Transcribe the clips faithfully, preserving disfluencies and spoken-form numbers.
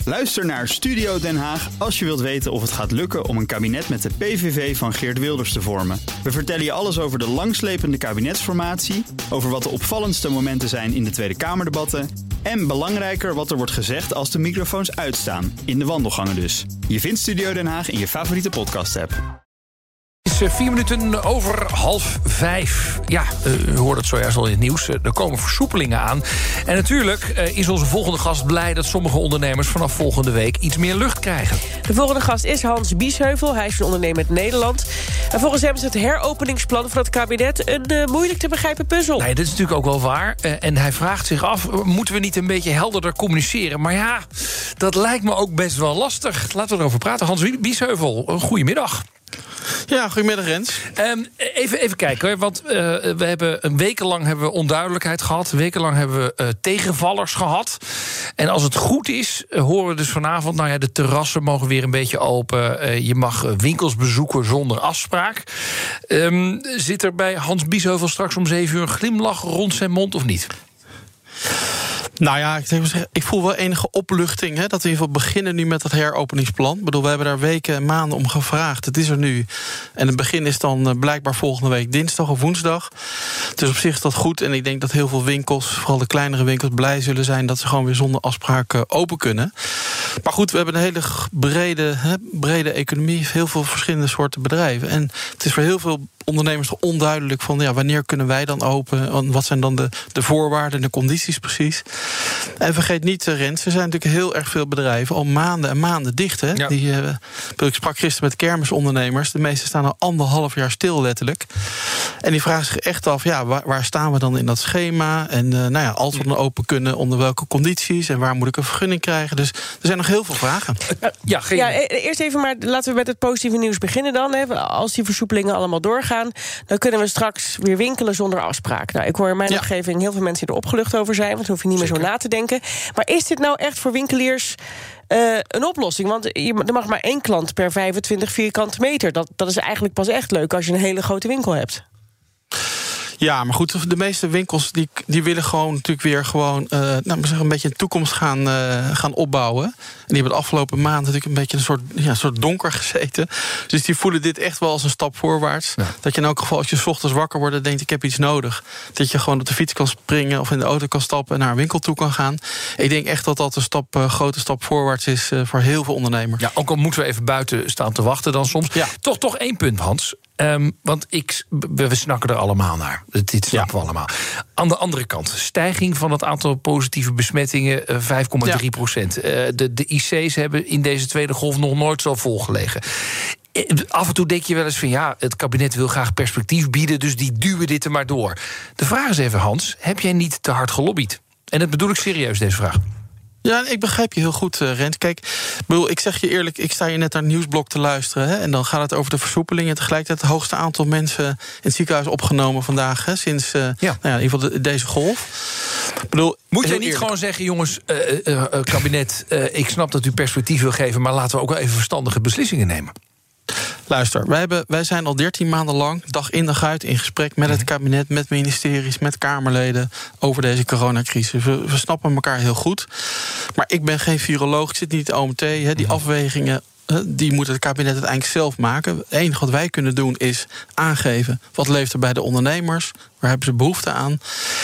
Luister naar Studio Den Haag als je wilt weten of het gaat lukken om een kabinet met de P V V van Geert Wilders te vormen. We vertellen je alles over de langslepende kabinetsformatie, over wat de opvallendste momenten zijn in de Tweede Kamerdebatten en belangrijker wat er wordt gezegd als de microfoons uitstaan, in de wandelgangen dus. Je vindt Studio Den Haag in je favoriete podcast-app. Het is vier minuten over half vijf. Ja, u hoort het zojuist al in het nieuws. Er komen versoepelingen aan. En natuurlijk is onze volgende gast blij dat sommige ondernemers vanaf volgende week iets meer lucht krijgen. De volgende gast is Hans Biesheuvel. Hij is een ondernemer uit Nederland. En volgens hem is het heropeningsplan van het kabinet een uh, moeilijk te begrijpen puzzel. Nee, dat is natuurlijk ook wel waar. Uh, en hij vraagt zich af, moeten we niet een beetje helderder communiceren? Maar ja, dat lijkt me ook best wel lastig. Laten we erover praten. Hans Biesheuvel, goedemiddag. Ja, goedemiddag Rens. Um, even, even kijken hoor, want uh, we hebben een wekenlang hebben we onduidelijkheid gehad. Wekenlang hebben we uh, tegenvallers gehad. En als het goed is, uh, horen we dus vanavond, nou ja, de terrassen mogen weer een beetje open. Uh, je mag uh, winkels bezoeken zonder afspraak. Um, zit er bij Hans Biesheuvel straks om zeven uur een glimlach rond zijn mond of niet? Nou ja, ik, zeggen, ik voel wel enige opluchting, hè, dat we in ieder geval beginnen nu met dat heropeningsplan. Ik bedoel, we hebben daar weken en maanden om gevraagd. Het is er nu. En het begin is dan uh, blijkbaar volgende week dinsdag of woensdag. Dus op zich is dat goed. En ik denk dat heel veel winkels, vooral de kleinere winkels, blij zullen zijn dat ze gewoon weer zonder afspraak uh, open kunnen. Maar goed, we hebben een hele brede, hè, brede economie, heel veel verschillende soorten bedrijven. En het is voor heel veel ondernemers toch onduidelijk van, ja, wanneer kunnen wij dan open? Wat zijn dan de, de voorwaarden en de condities precies? En vergeet niet, Rens, er zijn natuurlijk heel erg veel bedrijven al maanden en maanden dicht. Hè? Ja. Die, uh, ik sprak gisteren met kermisondernemers. De meeste staan al anderhalf jaar stil, letterlijk. En die vragen zich echt af, ja, waar, waar staan we dan in dat schema? En uh, nou ja, als we dan open kunnen, onder welke condities? En waar moet ik een vergunning krijgen? Dus er zijn nog heel veel vragen. Ja, geen... ja, eerst even maar, laten we met het positieve nieuws beginnen dan. Hè. Als die versoepelingen allemaal doorgaan, dan kunnen we straks weer winkelen zonder afspraak. Nou, ik hoor in mijn ja. omgeving heel veel mensen die er opgelucht over zijn, want dan hoef je niet meer Zeker. zo na te denken. Maar is dit nou echt voor winkeliers uh, een oplossing? Want je, er mag maar één klant per vijfentwintig vierkante meter. Dat, dat is eigenlijk pas echt leuk als je een hele grote winkel hebt. Ja, maar goed, de meeste winkels die, die willen gewoon natuurlijk weer gewoon, uh, nou, maar zeggen, een beetje een toekomst gaan, uh, gaan opbouwen. En die hebben de afgelopen maanden natuurlijk een beetje een soort, ja, een soort donker gezeten. Dus die voelen dit echt wel als een stap voorwaarts. Ja. Dat je in elk geval, als je 's ochtends wakker wordt en denkt, ik heb iets nodig, dat je gewoon op de fiets kan springen of in de auto kan stappen en naar een winkel toe kan gaan. Ik denk echt dat dat een stap, uh, grote stap voorwaarts is uh, voor heel veel ondernemers. Ja, ook al moeten we even buiten staan te wachten dan soms. Ja. Toch, toch één punt, Hans. Um, want ik, we, we snakken er allemaal naar. Dit snappen ja. we allemaal. Aan de andere kant, stijging van het aantal positieve besmettingen, uh, vijf komma drie procent. Ja. Uh, de, de I C's hebben in deze tweede golf nog nooit zo volgelegen. Af en toe denk je wel eens van, ja, het kabinet wil graag perspectief bieden, dus die duwen dit er maar door. De vraag is even, Hans, heb jij niet te hard gelobbyd? En dat bedoel ik serieus, deze vraag. Ja, ik begrijp je heel goed, uh, Rent. Kijk, ik, bedoel, ik zeg je eerlijk, ik sta hier net naar het nieuwsblok te luisteren, hè, en dan gaat het over de versoepeling. En tegelijkertijd het hoogste aantal mensen in het ziekenhuis opgenomen vandaag, hè, sinds uh, ja. Nou ja, in ieder geval de, deze golf. Ik bedoel, moet je niet eerlijk gewoon zeggen, jongens, uh, uh, uh, kabinet, uh, ik snap dat u perspectief wil geven, maar laten we ook wel even verstandige beslissingen nemen? Luister, wij, hebben, wij zijn al dertien maanden lang, dag in dag uit, in gesprek met het kabinet, met ministeries, met Kamerleden over deze coronacrisis. We, we snappen elkaar heel goed. Maar ik ben geen viroloog, ik zit niet in het O M T. He, die afwegingen, die moet het kabinet uiteindelijk zelf maken. Het enige wat wij kunnen doen is aangeven wat leeft er bij de ondernemers, waar hebben ze behoefte aan.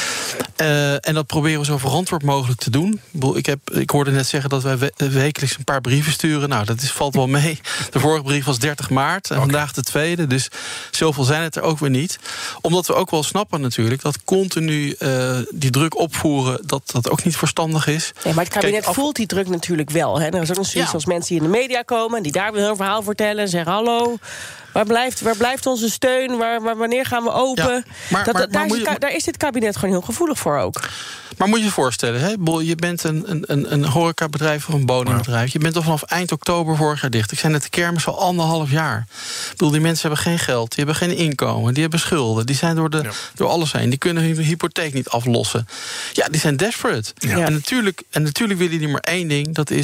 Uh, en dat proberen we zo verantwoord mogelijk te doen. Ik, heb, ik hoorde net zeggen dat wij wekelijks een paar brieven sturen. Nou, dat is, valt wel mee. De vorige brief was dertig maart en okay. vandaag de tweede. Dus zoveel zijn het er ook weer niet. Omdat we ook wel snappen natuurlijk dat continu uh, die druk opvoeren, dat dat ook niet verstandig is. Ja, maar het kabinet Kijk, af... voelt die druk natuurlijk wel. Hè? Er is ook nog zoiets ja. als mensen die in de media komen, die daar weer een verhaal vertellen en zeggen, hallo, waar blijft, waar blijft onze steun? Waar, waar, wanneer gaan we open? Ja, maar, dat, maar, daar, maar is je... daar is dit kabinet gewoon heel gevoelig voor ook. Maar moet je je voorstellen, hè? Je bent een, een, een horecabedrijf of een bodembedrijf. Je bent al vanaf eind oktober vorig jaar dicht. Ik zei net, de kermis al anderhalf jaar. Ik bedoel, die mensen hebben geen geld, die hebben geen inkomen, die hebben schulden. Die zijn door, de, ja. door alles heen. Die kunnen hun hypotheek niet aflossen. Ja, die zijn desperate. Ja. En, natuurlijk, en natuurlijk willen die maar één ding, dat is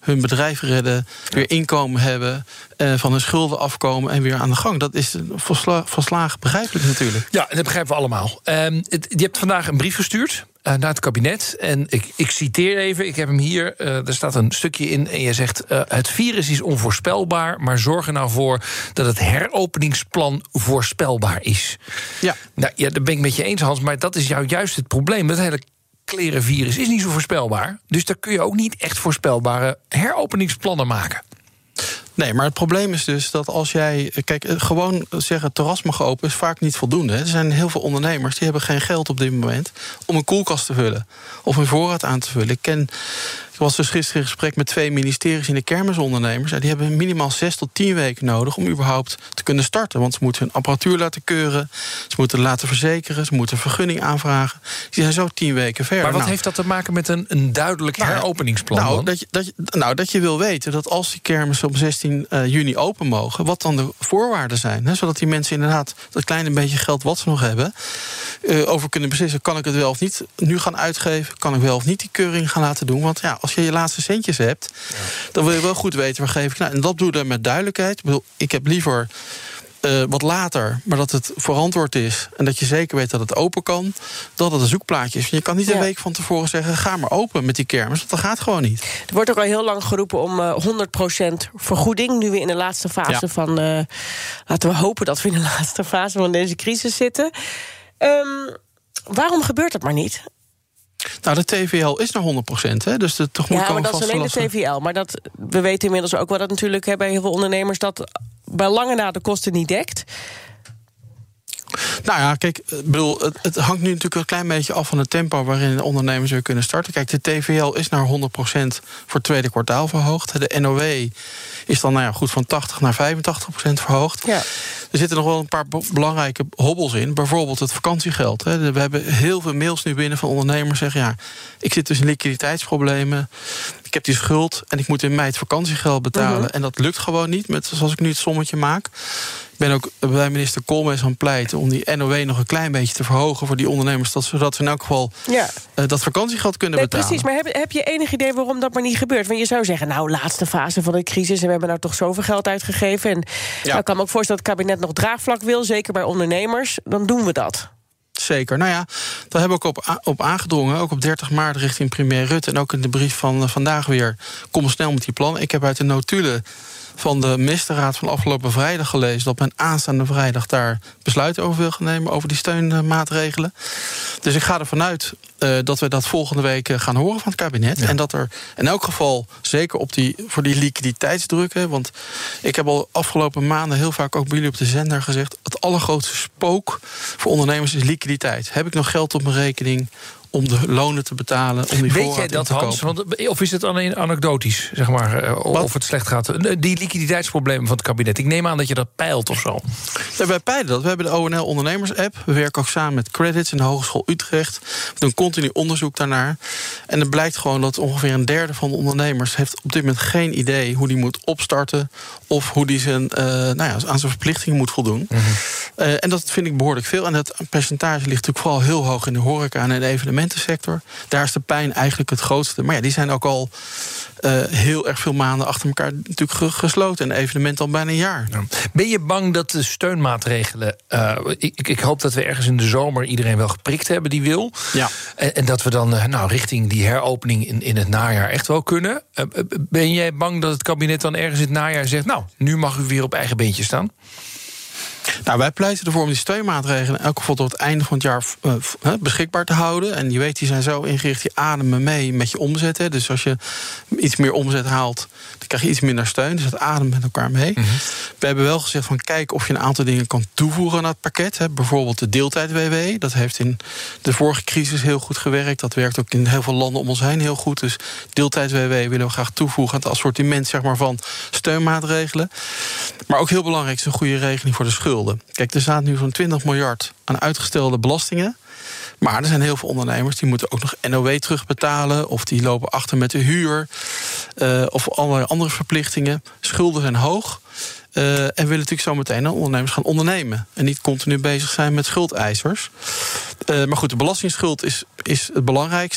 hun bedrijf redden, weer inkomen hebben, uh, van hun schulden afkomen en weer aan de gang. Dat is volsla- volslagen begrijpelijk natuurlijk. Ja, dat begrijpen we allemaal. Um, het, je hebt vandaag een brief gestuurd uh, naar het kabinet. En ik, ik citeer even, ik heb hem hier. Uh, er staat een stukje in en je zegt... Uh, het virus is onvoorspelbaar, maar zorg er nou voor dat het heropeningsplan voorspelbaar is. Ja. Nou, ja, dat ben ik met je eens, Hans, maar dat is jou juist het probleem. Dat hele klerenvirus is niet zo voorspelbaar. Dus daar kun je ook niet echt voorspelbare heropeningsplannen maken. Nee, maar het probleem is dus dat als jij... Kijk, gewoon zeggen het terras mag open is vaak niet voldoende. Er zijn heel veel ondernemers die hebben geen geld op dit moment om een koelkast te vullen of een voorraad aan te vullen. Ik ken... Ik was dus gisteren in gesprek met twee ministeries in de kermisondernemers. Die hebben minimaal zes tot tien weken nodig om überhaupt te kunnen starten. Want ze moeten hun apparatuur laten keuren, ze moeten laten verzekeren, ze moeten een vergunning aanvragen. Die zijn zo tien weken verder. Maar wat nou, heeft dat te maken met een, een duidelijk nou, heropeningsplan? Nou dat, je, dat je, nou, dat je wil weten dat als die kermissen op zestien juni open mogen, wat dan de voorwaarden zijn. Hè, zodat die mensen inderdaad dat kleine beetje geld wat ze nog hebben, uh, over kunnen beslissen, kan ik het wel of niet nu gaan uitgeven? Kan ik wel of niet die keuring gaan laten doen? Want ja, als je je laatste centjes hebt, ja, dan wil je wel goed weten waar geef ik nou. En dat doe je met duidelijkheid. Ik bedoel, ik heb liever uh, wat later, maar dat het verantwoord is en dat je zeker weet dat het open kan, dat het een zoekplaatje is. Je kan niet ja. een week van tevoren zeggen, ga maar open met die kermis, want dat gaat gewoon niet. Er wordt ook al heel lang geroepen om uh, honderd procent vergoeding, nu we in de laatste fase ja. van, uh, laten we hopen dat we in de laatste fase van deze crisis zitten. Um, waarom gebeurt dat maar niet? Nou, de T V L is naar honderd procent, hè? Dus de tegemoetkoming ja, maar dat is alleen de T V L. Maar dat, we weten inmiddels ook wel dat natuurlijk hè, bij heel veel ondernemers dat bij lange na de kosten niet dekt. Nou ja, kijk, bedoel, het, het hangt nu natuurlijk een klein beetje af van het tempo waarin de ondernemers weer kunnen starten. Kijk, de T V L is naar honderd procent voor het tweede kwartaal verhoogd. De N O W is dan nou ja, goed van tachtig naar vijfentachtig procent verhoogd. Ja. Er zitten nog wel een paar belangrijke hobbels in. Bijvoorbeeld het vakantiegeld. Hè. We hebben heel veel mails nu binnen van ondernemers zeggen, ja, ik zit dus in liquiditeitsproblemen. Ik heb die schuld en ik moet in mei het vakantiegeld betalen. Uh-huh. En dat lukt gewoon niet, met, zoals ik nu het sommetje maak. Ik ben ook bij minister Koolmees aan het pleiten om die N O W nog een klein beetje te verhogen voor die ondernemers, dat, zodat ze in elk geval ja. uh, dat vakantiegeld kunnen nee, betalen. Precies, maar heb, heb je enig idee waarom dat maar niet gebeurt? Want je zou zeggen, nou, laatste fase van de crisis en we hebben nou toch zoveel geld uitgegeven. En ja. nou, ik kan me ook voorstellen dat het kabinet nog draagvlak wil, zeker bij ondernemers. Dan doen we dat. Zeker. Nou ja, daar hebben we ook op, op aangedrongen. Ook op dertig maart richting premier Rutte. En ook in de brief van uh, vandaag weer. Kom snel met die plan. Ik heb uit de notulen van de ministerraad van afgelopen vrijdag gelezen dat men aanstaande vrijdag daar besluiten over wil gaan nemen, over die steunmaatregelen. Dus ik ga ervan uit uh, dat we dat volgende week gaan horen van het kabinet. Ja. En dat er in elk geval, zeker op die, voor die liquiditeitsdruk, hè, want ik heb al afgelopen maanden heel vaak ook bij jullie op de zender gezegd, het allergrootste spook voor ondernemers is liquiditeit. Heb ik nog geld op mijn rekening om de lonen te betalen, om die Weet jij dat, Hans? Want, of is het alleen anekdotisch, zeg maar, uh, of het slecht gaat? Die liquiditeitsproblemen van het kabinet. Ik neem aan dat je dat peilt of zo. Ja, wij peilen dat. We hebben de O N L Ondernemers-app. We werken ook samen met Credits en de Hogeschool Utrecht. We doen continu onderzoek daarnaar. En het blijkt gewoon dat ongeveer een derde van de ondernemers heeft op dit moment geen idee hoe die moet opstarten of hoe die zijn, uh, nou ja, aan zijn verplichtingen moet voldoen. Mm-hmm. Uh, en dat vind ik behoorlijk veel. En dat percentage ligt natuurlijk vooral heel hoog in de horeca en in de evenementensector. Daar is de pijn eigenlijk het grootste. Maar ja, die zijn ook al uh, heel erg veel maanden achter elkaar natuurlijk gesloten. En de evenementen al bijna een jaar. Ja. Ben je bang dat de steunmaatregelen... Uh, ik, ik hoop dat we ergens in de zomer iedereen wel geprikt hebben die wil. Ja. En, en dat we dan uh, nou, richting die heropening in, in het najaar echt wel kunnen. Uh, ben jij bang dat het kabinet dan ergens in het najaar zegt, nou, nu mag u weer op eigen beentje staan? Nou, wij pleiten ervoor om die steunmaatregelen elk geval tot het einde van het jaar uh, beschikbaar te houden. En je weet, die zijn zo ingericht, die ademen mee met je omzet. Hè. Dus als je iets meer omzet haalt, dan krijg je iets minder steun. Dus dat ademt met elkaar mee. Mm-hmm. We hebben wel gezegd van kijk of je een aantal dingen kan toevoegen aan het pakket. Hè. Bijvoorbeeld de deeltijd-W W. Dat heeft in de vorige crisis heel goed gewerkt. Dat werkt ook in heel veel landen om ons heen heel goed. Dus deeltijd-W W willen we graag toevoegen aan het assortiment, zeg maar, van steunmaatregelen. Maar ook heel belangrijk is een goede regeling voor de schulden. Kijk, er staat nu zo'n twintig miljard aan uitgestelde belastingen. Maar er zijn heel veel ondernemers die moeten ook nog N O W terugbetalen, of die lopen achter met de huur, uh, of allerlei andere verplichtingen. Schulden zijn hoog. Uh, en willen natuurlijk zo meteen de ondernemers gaan ondernemen. En niet continu bezig zijn met schuldeisers. Uh, maar goed, de belastingsschuld is, is het belangrijkste.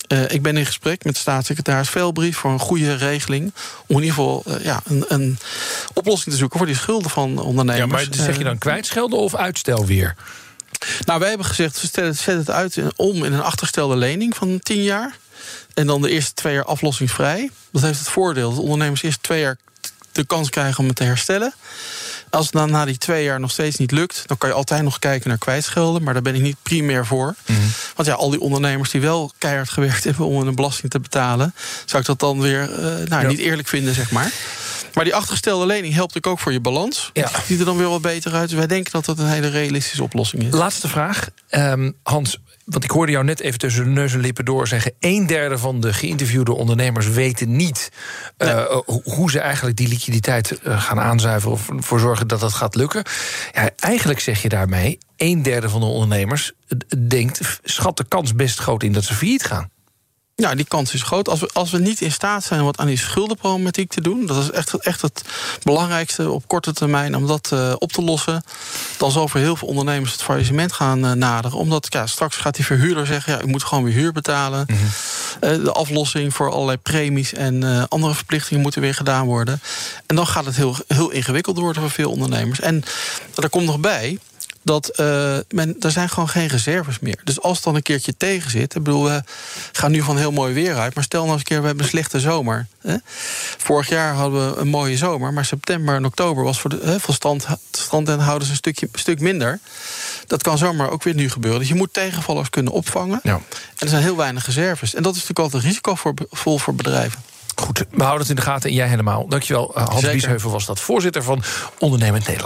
Uh, ik ben in gesprek met staatssecretaris Velbrief voor een goede regeling. Om in ieder geval uh, ja, een, een oplossing te zoeken voor die schulden van ondernemers. Ja, maar zeg je dan kwijtschelden of uitstel weer? Nou, wij hebben gezegd, we zetten het uit om in een achtergestelde lening van tien jaar. En dan de eerste twee jaar aflossingsvrij. Dat heeft het voordeel dat ondernemers eerst twee jaar de kans krijgen om het te herstellen. Als het dan na die twee jaar nog steeds niet lukt, dan kan je altijd nog kijken naar kwijtschelden. Maar daar ben ik niet primair voor. Mm-hmm. Want ja, al die ondernemers die wel keihard gewerkt hebben om een belasting te betalen, zou ik dat dan weer uh, nou, ja. niet eerlijk vinden, zeg maar. Maar die achtergestelde lening helpt ook, ook voor je balans. Ja. Dat ziet er dan weer wat beter uit. Dus wij denken dat dat een hele realistische oplossing is. Laatste vraag. Um, Hans, want ik hoorde jou net even tussen de neus en lippen door zeggen, een derde van de geïnterviewde ondernemers weten niet uh, nee. hoe ze eigenlijk die liquiditeit uh, gaan aanzuiveren of ervoor zorgen dat dat gaat lukken. Ja, eigenlijk zeg je daarmee, een derde van de ondernemers denkt, schat de kans best groot in dat ze failliet gaan. Ja, die kans is groot. Als we, als we niet in staat zijn om wat aan die schuldenproblematiek te doen, dat is echt, echt het belangrijkste op korte termijn om dat uh, op te lossen, dan zal voor heel veel ondernemers het faillissement gaan uh, naderen. Omdat ja, straks gaat die verhuurder zeggen, ja, u moet gewoon weer huur betalen. Mm-hmm. Uh, de aflossing voor allerlei premies en uh, andere verplichtingen moeten weer gedaan worden. En dan gaat het heel, heel ingewikkeld worden voor veel ondernemers. En er komt nog bij dat uh, men, er zijn gewoon geen reserves meer. Dus als het dan een keertje tegen zit, ik bedoel, we gaan nu van heel mooi weer uit, maar stel nou eens een keer, we hebben een slechte zomer. Hè? Vorig jaar hadden we een mooie zomer, maar september en oktober was voor de hè, voor stand, strandhouders een stukje een stuk minder. Dat kan zomaar ook weer nu gebeuren. Dus je moet tegenvallers kunnen opvangen. Ja. En er zijn heel weinig reserves. En dat is natuurlijk altijd een risicovol voor bedrijven. Goed, we houden het in de gaten en jij helemaal. Dankjewel, Hans Zeker. Biesheuvel was dat, voorzitter van Ondernemend Nederland.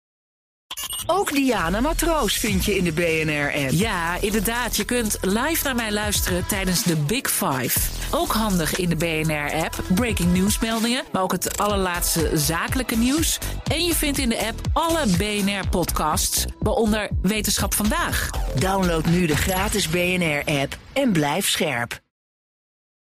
Ook Diana Matroos vind je in de B N R-app. Ja, inderdaad. Je kunt live naar mij luisteren tijdens de Big Five. Ook handig in de B N R-app. Breaking nieuwsmeldingen, maar ook het allerlaatste zakelijke nieuws. En je vindt in de app alle B N R-podcasts, waaronder Wetenschap Vandaag. Download nu de gratis B N R-app en blijf scherp.